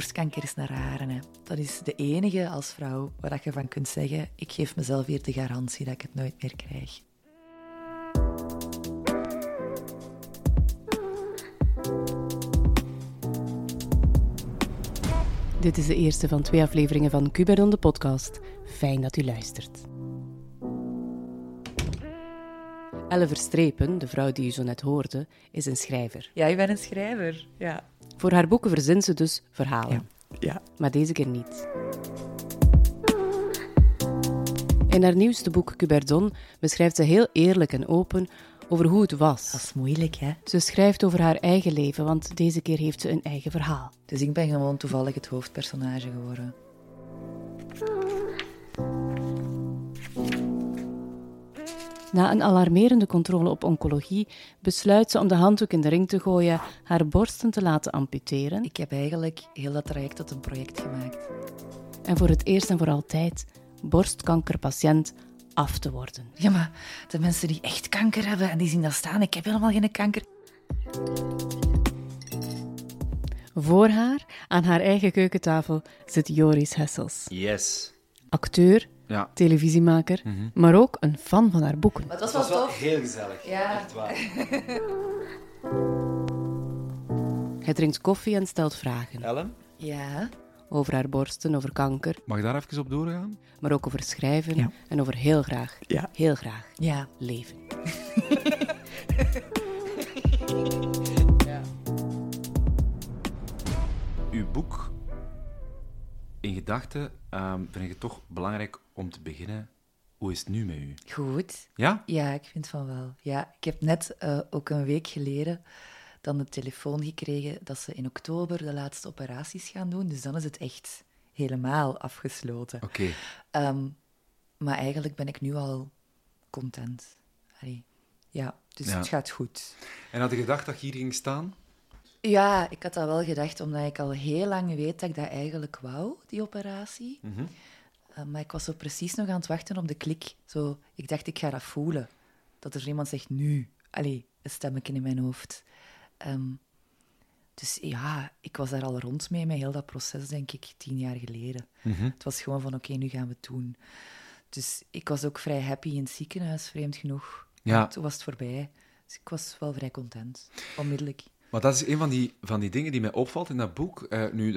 borstkanker is naar haren. Hè. Dat is de enige als vrouw waar je van kunt zeggen, ik geef mezelf hier de garantie dat ik het nooit meer krijg. Dit is de eerste van 2 afleveringen van Cuberdon, de podcast. Fijn dat u luistert. Elle Verstrepen, de vrouw die u zo net hoorde, is een schrijver. Ja, ik ben een schrijver, ja. Voor haar boeken verzint ze dus verhalen. Ja. Maar deze keer niet. In haar nieuwste boek Cuberdon beschrijft ze heel eerlijk en open over hoe het was. Dat is moeilijk, hè. Ze schrijft over haar eigen leven, want deze keer heeft ze een eigen verhaal. Dus ik ben gewoon toevallig het hoofdpersonage geworden. Na een alarmerende controle op oncologie besluit ze om de handdoek in de ring te gooien, haar borsten te laten amputeren Ik heb eigenlijk heel dat traject tot een project gemaakt. en voor het eerst en voor altijd borstkankerpatiënt af te worden. Ja, maar de mensen die echt kanker hebben en die zien dat staan, ik heb helemaal geen kanker. Voor haar, aan haar eigen keukentafel, zit Joris Hessels. Yes. Acteur, Ja. televisiemaker, maar ook een fan van haar boeken. Maar het Dat was wel heel gezellig. Ja. Echt waar. Hij drinkt koffie en stelt vragen. Ellen, Ja. Over haar borsten, over kanker, mag ik daar even op doorgaan? maar ook over schrijven Ja. en over heel graag, Ja. heel graag Ja. leven. Uw boek, in gedachten, vind ik het toch belangrijk om te beginnen. Hoe is het nu met u? Goed. Ja? Ja, ik vind van wel. Ja, ik heb net ook een week geleden dan de telefoon gekregen dat ze in oktober de laatste operaties gaan doen. Dus dan is het echt helemaal afgesloten. Oké. Maar eigenlijk ben ik nu al content. Allee, ja, dus Ja. het gaat goed. En had je gedacht dat je hier ging staan? Ja, ik had dat wel gedacht, omdat ik al heel lang weet dat ik dat eigenlijk wou, die operatie. Maar ik was zo precies nog aan het wachten op de klik. Zo, ik dacht, ik ga dat voelen. Dat er iemand zegt, nu. Allee, een stemmetje in mijn hoofd. Dus ja, ik was daar al rond mee, met heel dat proces, denk ik, 10 jaar geleden. Het was gewoon van, oké, nu gaan we het doen. Dus ik was ook vrij happy in het ziekenhuis, vreemd genoeg. Ja. Toen was het voorbij. Dus ik was wel vrij content, onmiddellijk. Maar dat is een van die dingen die mij opvalt in dat boek. Nu,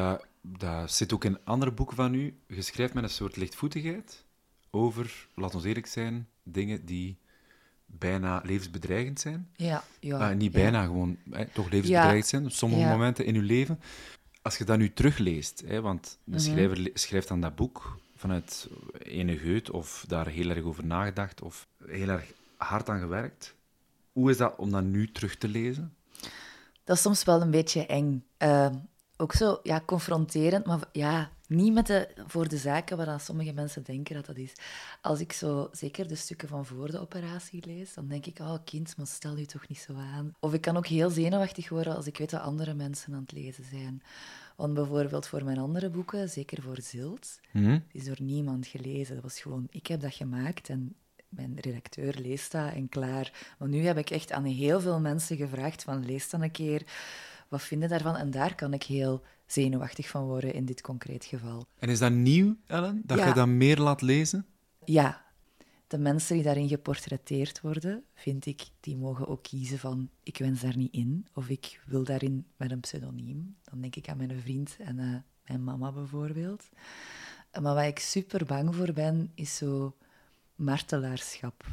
dat zit ook in andere boeken van u. Je schrijft met een soort lichtvoetigheid over, laat ons eerlijk zijn, dingen die bijna levensbedreigend zijn. Ja, Niet ja. bijna, gewoon toch levensbedreigend zijn op sommige Ja. momenten in uw leven. Als je dat nu terugleest, want de schrijver schrijft dan dat boek vanuit ene geut of daar heel erg over nagedacht of heel erg hard aan gewerkt. Hoe is dat om dat nu terug te lezen? Dat is soms wel een beetje eng. Ook zo, ja, confronterend, maar ja, niet voor de zaken waar dan sommige mensen denken dat dat is. Als ik zo, zeker de stukken van voor de operatie lees, dan denk ik, oh kind, maar stel je toch niet zo aan. Of ik kan ook heel zenuwachtig worden als ik weet dat andere mensen aan het lezen zijn. Want bijvoorbeeld voor mijn andere boeken, zeker voor Zilt, die is door niemand gelezen. Dat was gewoon, ik heb dat gemaakt en mijn redacteur leest dat en klaar. Maar nu heb ik echt aan heel veel mensen gevraagd van lees dan een keer, wat vind je daarvan? En daar kan ik heel zenuwachtig van worden in dit concreet geval. En is dat nieuw, Ellen? Dat Ja. je dat meer laat lezen? Ja, de mensen die daarin geportretteerd worden, vind ik, die mogen ook kiezen van ik wens daar niet in of ik wil daarin met een pseudoniem. Dan denk ik aan mijn vriend en mijn mama bijvoorbeeld. Maar waar ik super bang voor ben, is zo martelaarschap.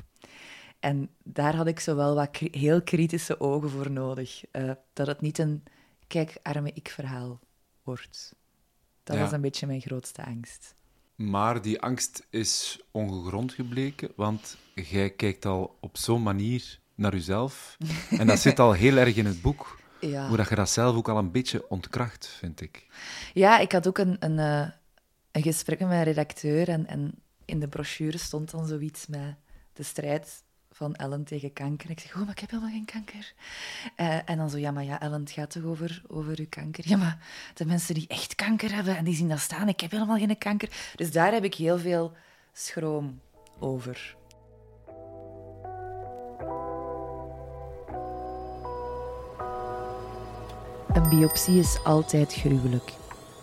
En daar had ik zo wel wat heel kritische ogen voor nodig. Dat het niet een kijk, arme ik-verhaal wordt. Dat Ja. was een beetje mijn grootste angst. Maar die angst is ongegrond gebleken, want jij kijkt al op zo'n manier naar jezelf. En dat zit al heel erg in het boek. Ja. Hoe dat je dat zelf ook al een beetje ontkracht, vind ik. Ja, ik had ook een gesprek met mijn redacteur en in de brochure stond dan zoiets met de strijd van Ellen tegen kanker. Ik zeg, oh, maar ik heb helemaal geen kanker. En dan zo, ja, maar ja, Ellen, het gaat toch over uw kanker? Ja, maar de mensen die echt kanker hebben en die zien dat staan, ik heb helemaal geen kanker. Dus daar heb ik heel veel schroom over. Een biopsie is altijd gruwelijk.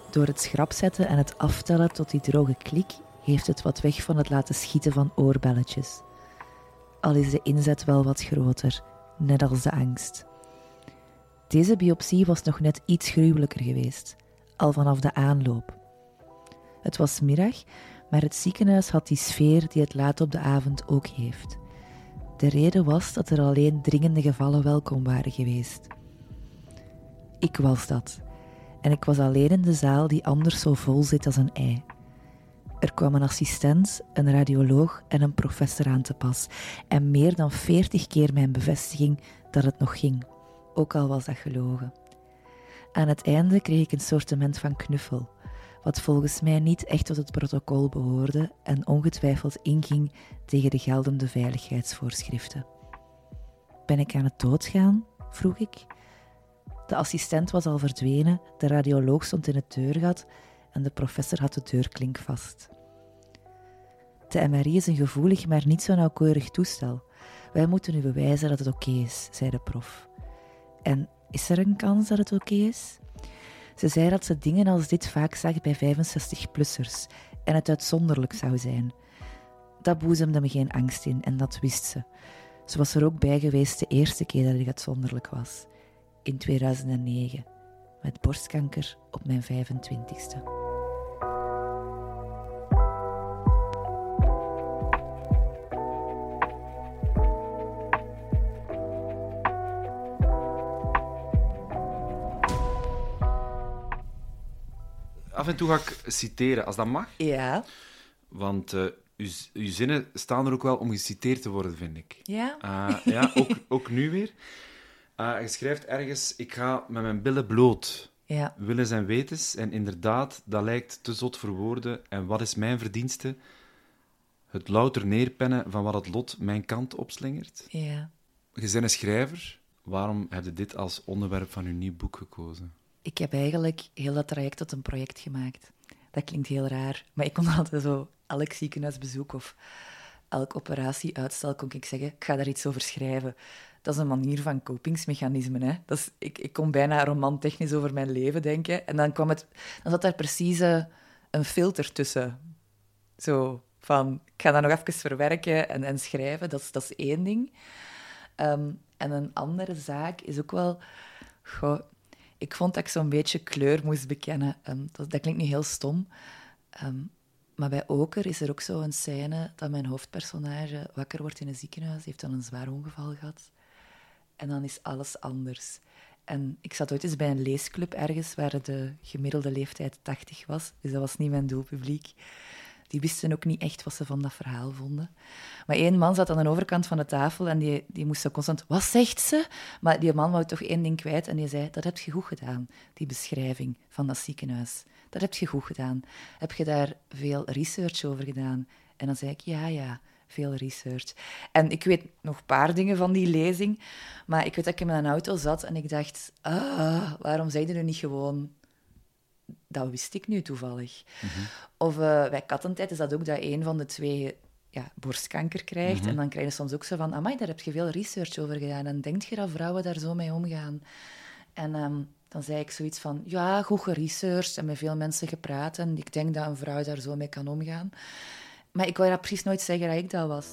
Door het schrap zetten en het aftellen tot die droge klik heeft het wat weg van het laten schieten van oorbelletjes. Al is de inzet wel wat groter, net als de angst. Deze biopsie was nog net iets gruwelijker geweest, al vanaf de aanloop. Het was middag, maar het ziekenhuis had die sfeer die het laat op de avond ook heeft. De reden was dat er alleen dringende gevallen welkom waren geweest. Ik was dat. En ik was alleen in de zaal die anders zo vol zit als een ei. Er kwam een assistent, een radioloog en een professor aan te pas. En meer dan 40 keer mijn bevestiging dat het nog ging. Ook al was dat gelogen. Aan het einde kreeg ik een soortement van knuffel. Wat volgens mij niet echt tot het protocol behoorde en ongetwijfeld inging tegen de geldende veiligheidsvoorschriften. Ben ik aan het doodgaan? Vroeg ik. De assistent was al verdwenen, de radioloog stond in het deurgat en de professor had de deurklink vast. De MRI is een gevoelig, maar niet zo nauwkeurig toestel. Wij moeten u bewijzen dat het oké is, zei de prof. En is er een kans dat het oké is? Ze zei dat ze dingen als dit vaak zag bij 65-plussers en het uitzonderlijk zou zijn. Dat boezemde me geen angst in en dat wist ze. Ze was er ook bij geweest de eerste keer dat ik uitzonderlijk was. In 2009, met borstkanker op mijn 25ste. Af en toe ga ik citeren, als dat mag. Ja. Want uw zinnen staan er ook wel om geciteerd te worden, vind ik. Ja? Ja, ook nu weer. Je schrijft ergens, ik ga met mijn billen bloot. Ja. Willens en wetens. En inderdaad, dat lijkt te zot voor woorden. En wat is mijn verdienste? Het louter neerpennen van wat het lot mijn kant opslingert. Ja. Je bent een schrijver. Waarom heb je dit als onderwerp van uw nieuw boek gekozen? Ik heb eigenlijk heel dat traject tot een project gemaakt. Dat klinkt heel raar, maar ik kon altijd zo elk ziekenhuisbezoek of elk operatieuitstel kon ik zeggen, ik ga daar iets over schrijven. Dat is een manier van kopingsmechanismen. Hè? Ik kon bijna romantechnisch over mijn leven denken. En dan zat daar precies een filter tussen. Zo van, ik ga dat nog even verwerken en schrijven. Dat is één ding. En een andere zaak is ook wel... Goh, ik vond dat ik zo'n beetje kleur moest bekennen. Dat klinkt niet heel stom. Maar bij Oker is er ook zo een scène dat mijn hoofdpersonage wakker wordt in een ziekenhuis, heeft dan een zwaar ongeval gehad. En dan is alles anders. En ik zat ooit eens bij een leesclub ergens waar de gemiddelde leeftijd 80 was. Dus dat was niet mijn doelpubliek. Die wisten ook niet echt wat ze van dat verhaal vonden. Maar één man zat aan de overkant van de tafel en die moest zo constant... Wat zegt ze? Maar die man wou toch één ding kwijt en die zei... Dat heb je goed gedaan, die beschrijving van dat ziekenhuis. Dat heb je goed gedaan. Heb je daar veel research over gedaan? En dan zei ik, ja, veel research. En ik weet nog een paar dingen van die lezing, maar ik weet dat ik in mijn auto zat en ik dacht... waarom zei je nu niet gewoon... Dat wist ik nu toevallig. Mm-hmm. Of bij kattentijd is dat ook dat een van de twee borstkanker krijgt. Mm-hmm. En dan krijg je soms ook zo van... Amai, daar heb je veel research over gedaan. En denk je dat vrouwen daar zo mee omgaan? En dan zei ik zoiets van... Ja, goed geresearched en met veel mensen gepraat. En ik denk dat een vrouw daar zo mee kan omgaan. Maar ik wou dat precies nooit zeggen dat ik dat was.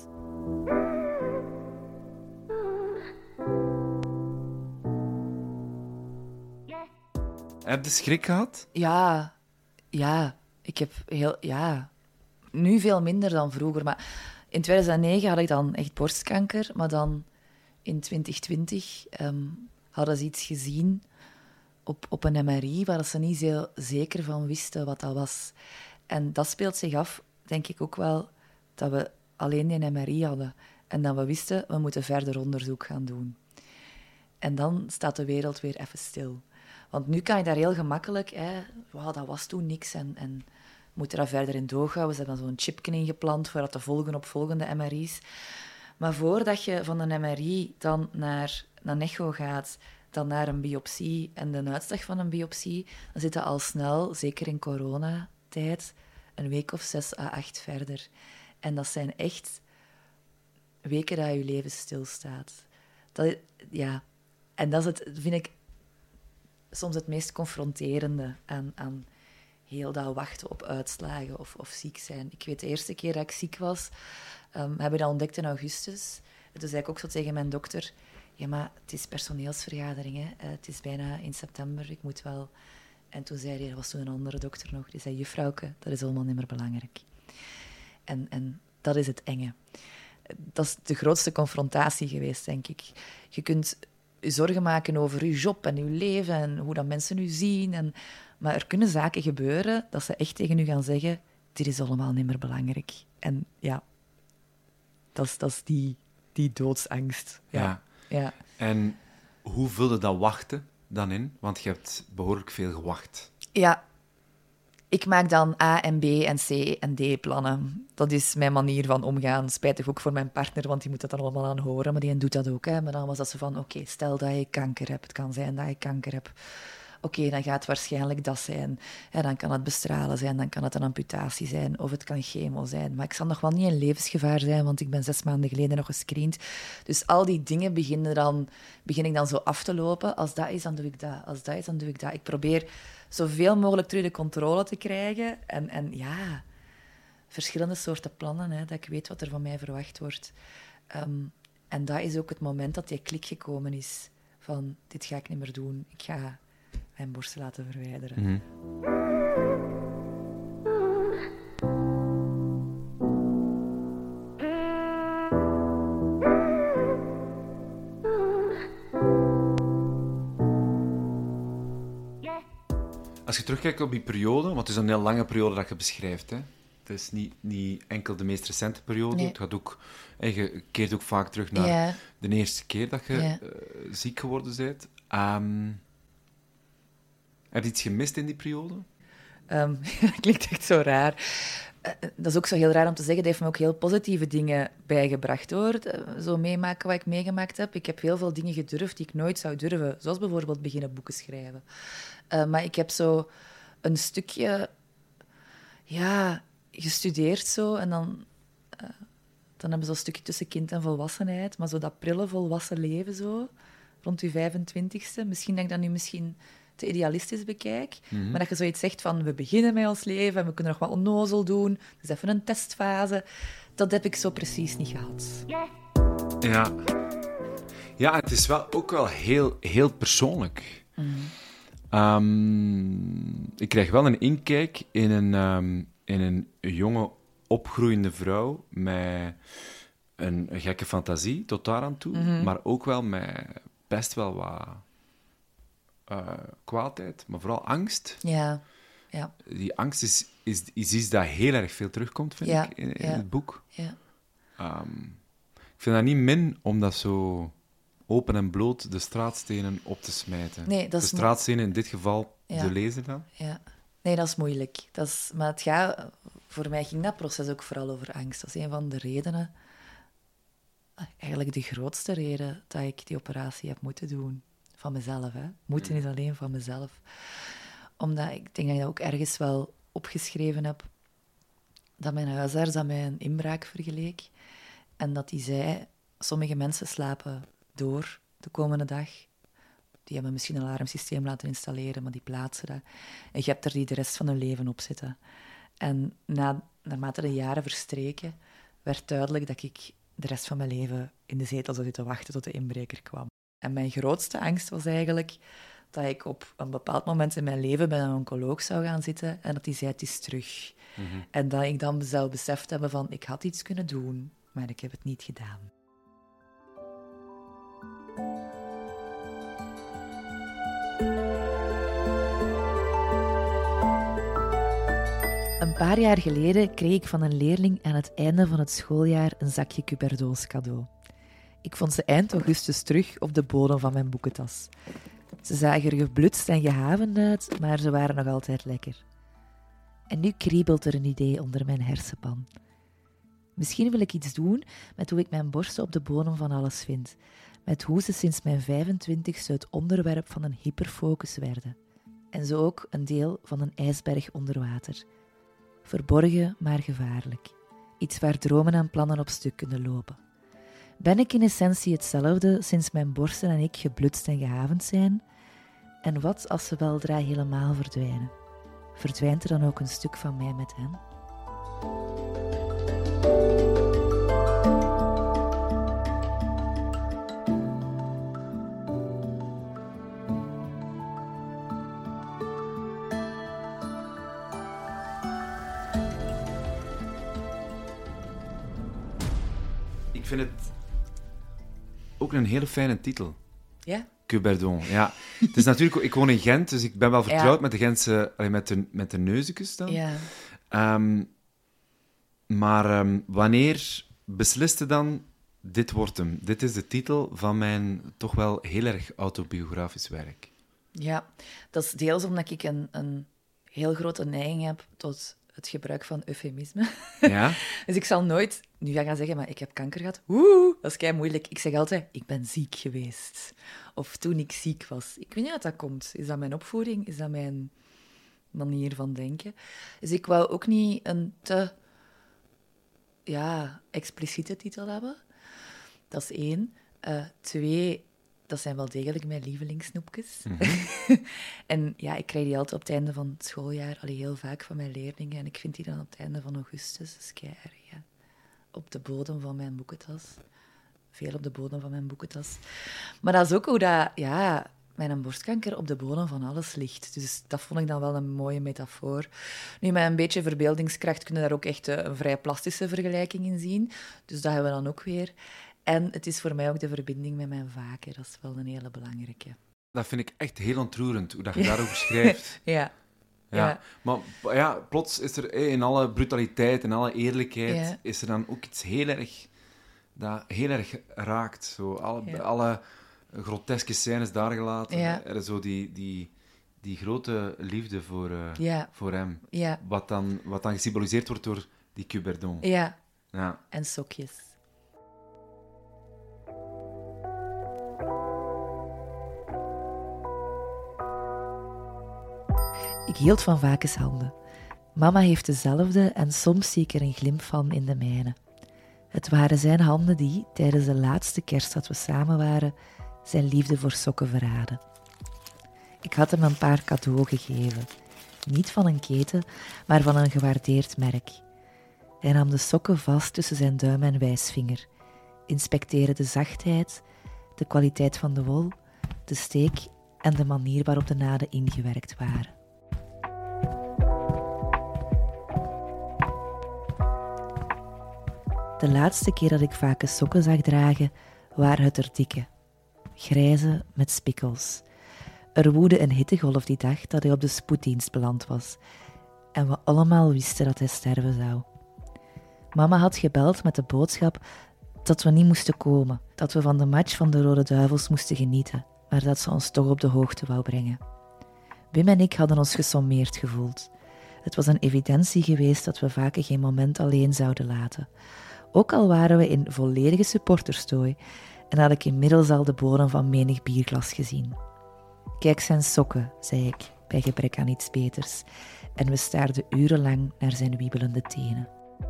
Heb je schrik gehad? Ja. Ik heb nu veel minder dan vroeger. Maar in 2009 had ik dan echt borstkanker. Maar dan in 2020 hadden ze iets gezien op een MRI waar ze niet zo zeker van wisten wat dat was. En dat speelt zich af, denk ik ook wel, dat we alleen die MRI hadden. En dat we wisten, we moeten verder onderzoek gaan doen. En dan staat de wereld weer even stil. Want nu kan je daar heel gemakkelijk... dat was toen niks en moeten daar verder in doorgaan. Ze hebben dan zo'n chipje ingeplant voor dat te volgen op volgende MRI's. Maar voordat je van een MRI dan naar een echo gaat, dan naar een biopsie en de uitslag van een biopsie, dan zit dat al snel, zeker in coronatijd, een week of 6 à 8 verder. En dat zijn echt weken dat je leven stilstaat. En dat is vind ik, soms het meest confronterende aan heel dat wachten op uitslagen of ziek zijn. Ik weet, de eerste keer dat ik ziek was, heb ik dat ontdekt in augustus. En toen zei ik ook zo tegen mijn dokter, ja, maar het is personeelsvergadering, hè. Het is bijna in september, ik moet wel... En toen zei hij, er was toen een andere dokter nog, die zei, juffrouwke, dat is allemaal niet meer belangrijk. En dat is het enge. Dat is de grootste confrontatie geweest, denk ik. Je kunt je zorgen maken over je job en je leven en hoe dat mensen u zien. Maar er kunnen zaken gebeuren dat ze echt tegen u gaan zeggen, dit is allemaal niet meer belangrijk. En ja, dat is die doodsangst. Ja. En hoe vulde dat wachten dan in? Want je hebt behoorlijk veel gewacht. Ja, ik maak dan A en B en C en D plannen. Dat is mijn manier van omgaan. Spijtig ook voor mijn partner, want die moet dat dan allemaal aan horen. Maar die doet dat ook. Hè. Maar dan was dat zo van, oké, stel dat je kanker hebt. Het kan zijn dat je kanker hebt. Oké, dan gaat het waarschijnlijk dat zijn. Ja, dan kan het bestralen zijn, dan kan het een amputatie zijn. Of het kan chemo zijn. Maar ik zal nog wel niet in levensgevaar zijn, want ik ben 6 maanden geleden nog gescreend. Dus al die dingen begin ik dan zo af te lopen. Als dat is, dan doe ik dat. Als dat is, dan doe ik dat. Ik probeer zoveel mogelijk terug de controle te krijgen. En ja, verschillende soorten plannen, hè, dat ik weet wat er van mij verwacht wordt. En dat is ook het moment dat die klik gekomen is. Van, dit ga ik niet meer doen. Ik ga mijn borsten laten verwijderen. Mm-hmm. Als je terugkijkt op die periode, want het is een heel lange periode dat je beschrijft, hè? Het is niet enkel de meest recente periode. Nee. Het gaat ook, je keert ook vaak terug naar de eerste keer dat je ziek geworden bent. Heb je iets gemist in die periode? Dat klinkt echt zo raar. Dat is ook zo heel raar om te zeggen. Dat heeft me ook heel positieve dingen bijgebracht, hoor. Zo meemaken wat ik meegemaakt heb. Ik heb heel veel dingen gedurfd die ik nooit zou durven. Zoals bijvoorbeeld beginnen boeken schrijven. Maar ik heb zo een stukje gestudeerd zo. En dan hebben we zo'n stukje tussen kind en volwassenheid. Maar zo dat prille volwassen leven zo. Rond je 25e. Misschien dat ik dat nu te idealistisch bekijk. Mm-hmm. Maar dat je zoiets zegt van, we beginnen met ons leven en we kunnen nog wat onnozel doen. Dus even een testfase. Dat heb ik zo precies niet gehad. Ja, het is ook wel heel, heel persoonlijk. Mm-hmm. Ik krijg wel een inkijk in een jonge, opgroeiende vrouw met een gekke fantasie tot daar aan toe, mm-hmm. maar ook wel met best wel wat kwaadheid, maar vooral angst. Ja. Die angst is iets dat heel erg veel terugkomt, vind ik, in het boek. Ja. Ik vind dat niet min om dat zo open en bloot de straatstenen op te smijten. Nee, dat de is straatstenen, in dit geval de lezer dan. Ja. Nee, dat is moeilijk. Maar voor mij ging dat proces ook vooral over angst. Dat is een van de redenen, eigenlijk de grootste reden, dat ik die operatie heb moeten doen. Van mezelf, hè. Moeten is alleen van mezelf. Omdat ik denk dat ik dat ook ergens wel opgeschreven heb, dat mijn huisarts dat mij een inbraak vergeleek. En dat hij zei, sommige mensen slapen door de komende dag. Die hebben misschien een alarmsysteem laten installeren, maar die plaatsen dat. En je hebt er die de rest van hun leven op zitten. En naarmate de jaren verstreken, werd duidelijk dat ik de rest van mijn leven in de zetel zou zitten wachten tot de inbreker kwam. En mijn grootste angst was eigenlijk dat ik op een bepaald moment in mijn leven bij een oncoloog zou gaan zitten en dat die zei, het is terug. Mm-hmm. En dat ik dan zou beseft hebben van, ik had iets kunnen doen, maar ik heb het niet gedaan. Een paar jaar geleden kreeg ik van een leerling aan het einde van het schooljaar een zakje Cuberdoos cadeau. Ik vond ze eind augustus terug op de bodem van mijn boekentas. Ze zagen er geblutst en gehavend uit, maar ze waren nog altijd lekker. En nu kriebelt er een idee onder mijn hersenpan. Misschien wil ik iets doen met hoe ik mijn borsten op de bodem van alles vind. Met hoe ze sinds mijn 25e het onderwerp van een hyperfocus werden. En zo ook een deel van een ijsberg onder water. Verborgen, maar gevaarlijk. Iets waar dromen en plannen op stuk kunnen lopen. Ben ik in essentie hetzelfde sinds mijn borsten en ik geblutst en gehavend zijn? En wat als ze weldra helemaal verdwijnen? verdwijnt er dan ook een stuk van mij met hen? Ik vind het ook een hele fijne titel. Ja? Cuberdon, ja. Het is natuurlijk... Ik woon in Gent, dus ik ben wel vertrouwd met de Gentse... met de Neuzekes dan. Ja. Maar wanneer besliste dan... Dit wordt hem. Dit is de titel van mijn toch wel heel erg autobiografisch werk. Ja, dat is deels omdat ik een heel grote neiging heb tot het gebruik van eufemisme. Ja? Dus ik zal nooit nu gaan zeggen, maar ik heb kanker gehad. Oeh, dat is kei moeilijk. Ik zeg altijd, ik ben ziek geweest. Of toen ik ziek was. Ik weet niet wat dat komt. Is dat mijn opvoeding? Is dat mijn manier van denken? Dus ik wou ook niet een te expliciete titel hebben. Dat is 1. 2, dat zijn wel degelijk mijn lievelingssnoepjes. En ja, ik krijg die altijd op het einde van het schooljaar, heel vaak van mijn leerlingen. En ik vind die dan op het einde van augustus. Dat is kei erg, ja. Op de bodem van mijn boekentas. Veel op de bodem van mijn boekentas. Maar dat is ook hoe dat, mijn borstkanker op de bodem van alles ligt. Dus dat vond ik dan wel een mooie metafoor. Nu, met een beetje verbeeldingskracht kunnen we daar ook echt een vrij plastische vergelijking in zien. Dus dat hebben we dan ook weer. En het is voor mij ook de verbinding met mijn vaken. Dat is wel een hele belangrijke. Dat vind ik echt heel ontroerend, hoe dat je daarover schrijft. Ja. Maar ja, plots is er in alle brutaliteit en alle eerlijkheid... is er dan ook iets dat heel erg raakt. Zo, alle groteske scènes daar gelaten. Ja. Er is zo die grote liefde voor hem. Ja. Wat dan gesymboliseerd wordt door die Cuberdon. Ja. Ja. En sokjes. Ik hield van Vakes handen. Mama heeft dezelfde en soms zie ik er een glimp van in de mijne. Het waren zijn handen die, tijdens de laatste kerst dat we samen waren, zijn liefde voor sokken verraden. Ik had hem een paar cadeau gegeven. Niet van een keten, maar van een gewaardeerd merk. Hij nam de sokken vast tussen zijn duim en wijsvinger, inspecteerde de zachtheid, de kwaliteit van de wol, de steek en de manier waarop de naden ingewerkt waren. De laatste keer dat ik Vakes sokken zag dragen, waren het er dikke, grijze met spikkels. Er woedde een hittegolf die dag dat hij op de spoeddienst beland was en we allemaal wisten dat hij sterven zou. Mama had gebeld met de boodschap dat we niet moesten komen, dat we van de match van de Rode Duivels moesten genieten, maar dat ze ons toch op de hoogte wou brengen. Wim en ik hadden ons gesommeerd gevoeld. Het was een evidentie geweest dat we vaak geen moment alleen zouden laten. Ook al waren we in volledige supporterstooi en had ik inmiddels al de bodem van menig bierglas gezien. Kijk zijn sokken, zei ik, bij gebrek aan iets beters, en we staarden urenlang naar zijn wiebelende tenen.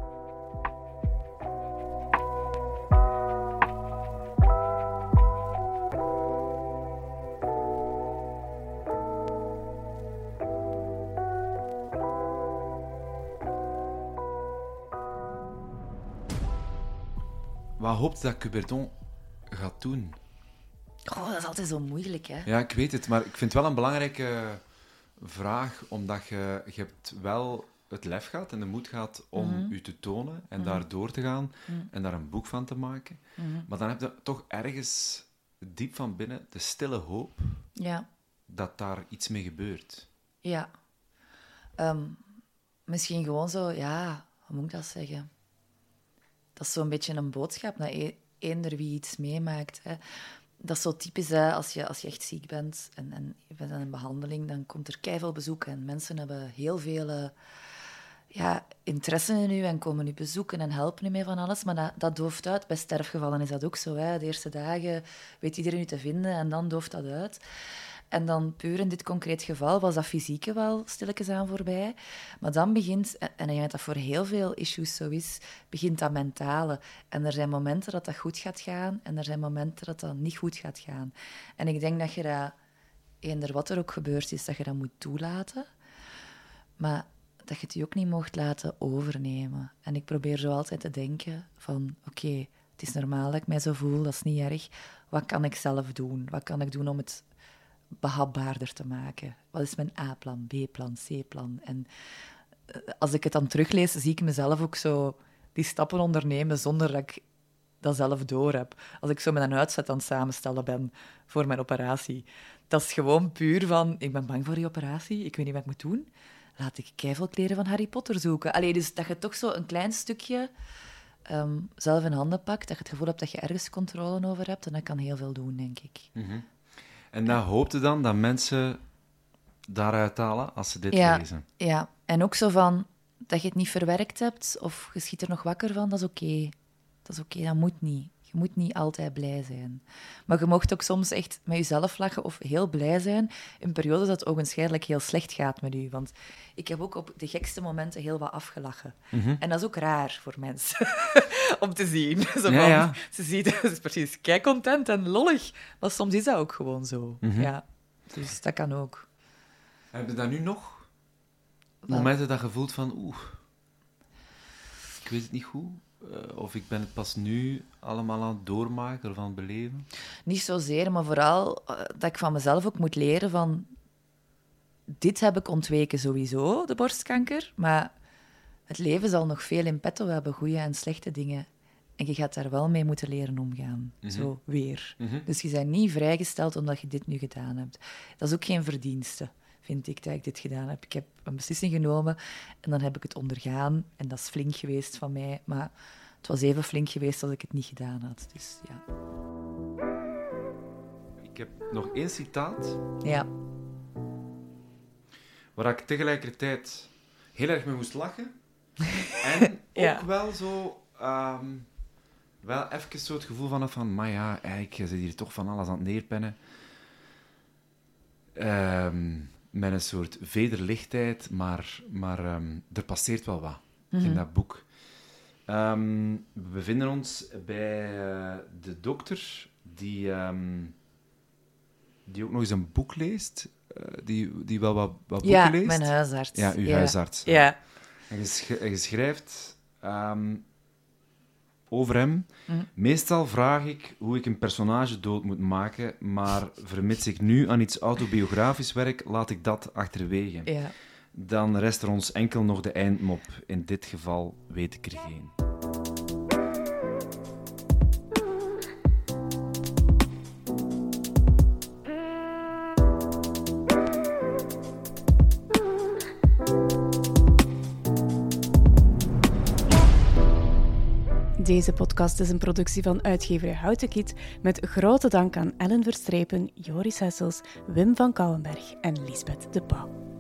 Wat hoopt dat Cuberdon gaat doen? Oh, dat is altijd zo moeilijk, hè? Ja, ik weet het, maar ik vind het wel een belangrijke vraag, omdat je hebt wel het lef gehad en de moed gehad om je te tonen en daar door te gaan en daar een boek van te maken. Maar dan heb je toch ergens diep van binnen de stille hoop dat daar iets mee gebeurt. Ja. Misschien gewoon zo, hoe moet ik dat zeggen? Dat is zo'n beetje een boodschap naar eender wie iets meemaakt. Hè. Dat is zo typisch, hè, als je echt ziek bent en je bent aan een behandeling, dan komt er keiveel bezoek en mensen hebben heel veel interesse in u en komen u bezoeken en helpen u mee van alles, maar dat dooft uit. Bij sterfgevallen is dat ook zo. Hè. De eerste dagen weet iedereen u te vinden en dan dooft dat uit. En dan puur in dit concreet geval was dat fysieke wel stilletjes aan voorbij. Maar dan begint, en ik denk dat dat voor heel veel issues zo is, begint dat mentale. En er zijn momenten dat dat goed gaat gaan en er zijn momenten dat dat niet goed gaat gaan. En ik denk dat je dat, eender wat er ook gebeurd is, dat je dat moet toelaten. maar dat je het je ook niet mocht laten overnemen. En ik probeer zo altijd te denken van, oké, het is normaal dat ik mij zo voel, dat is niet erg. Wat kan ik zelf doen? Wat kan ik doen om het behapbaarder te maken? Wat is mijn A-plan, B-plan, C-plan? En als ik het dan teruglees, zie ik mezelf ook zo die stappen ondernemen zonder dat ik dat zelf door heb. Als ik zo met een uitzet aan het samenstellen ben voor mijn operatie. Dat is gewoon puur van, ik ben bang voor die operatie, ik weet niet wat ik moet doen. Laat ik keivelkleren van Harry Potter zoeken. Allee, dus dat je toch zo een klein stukje zelf in handen pakt, dat je het gevoel hebt dat je ergens controle over hebt, en dat kan heel veel doen, denk ik. Mm-hmm. En dan hoopte dan dat mensen daaruit halen als ze dit lezen? Ja, en ook zo van, dat je het niet verwerkt hebt, of je schiet er nog wakker van, dat is oké. Dat is oké, dat moet niet. Je moet niet altijd blij zijn. Maar je mocht ook soms echt met jezelf lachen of heel blij zijn in periodes dat het ogenschijnlijk heel slecht gaat met je. Want ik heb ook op de gekste momenten heel wat afgelachen. Mm-hmm. En dat is ook raar voor mensen om te zien. Zo van, ze ziet, het is precies kei content en lollig. Maar soms is dat ook gewoon zo. Mm-hmm. Ja, dus dat kan ook. Heb je dat nu nog? Momenten dat je voelt van, ik weet het niet goed. Of ik ben het pas nu allemaal aan het doormaken of aan het beleven? Niet zozeer, maar vooral dat ik van mezelf ook moet leren van... Dit heb ik ontweken sowieso, de borstkanker. Maar het leven zal nog veel in petto hebben, goede en slechte dingen. En je gaat daar wel mee moeten leren omgaan. Mm-hmm. Zo, weer. Mm-hmm. Dus je bent niet vrijgesteld omdat je dit nu gedaan hebt. Dat is ook geen verdienste, vind ik, dat ik dit gedaan heb. Ik heb een beslissing genomen en dan heb ik het ondergaan. En dat is flink geweest van mij, maar het was even flink geweest als ik het niet gedaan had. Dus ja. Ik heb nog 1 citaat. Ja. Waar ik tegelijkertijd heel erg mee moest lachen. En ook wel zo... wel even zo het gevoel van maar ja, eigenlijk, je zit hier toch van alles aan het neerpennen. Met een soort vederlichtheid, maar er passeert wel wat in dat boek. We bevinden ons bij de dokter die ook nog eens een boek leest. Die wel wat boeken leest. Ja, mijn huisarts. Ja, uw huisarts. Ja. En je schrijft over hem. Mm-hmm. Meestal vraag ik hoe ik een personage dood moet maken, maar vermits ik nu aan iets autobiografisch werk, laat ik dat achterwege. Ja. Dan rest er ons enkel nog de eindmop. In dit geval weet ik er geen. Deze podcast is een productie van uitgeverij Houten Kiet met grote dank aan Ellen Verstrepen, Joris Hessels, Wim van Kouwenberg en Lisbeth de Pauw.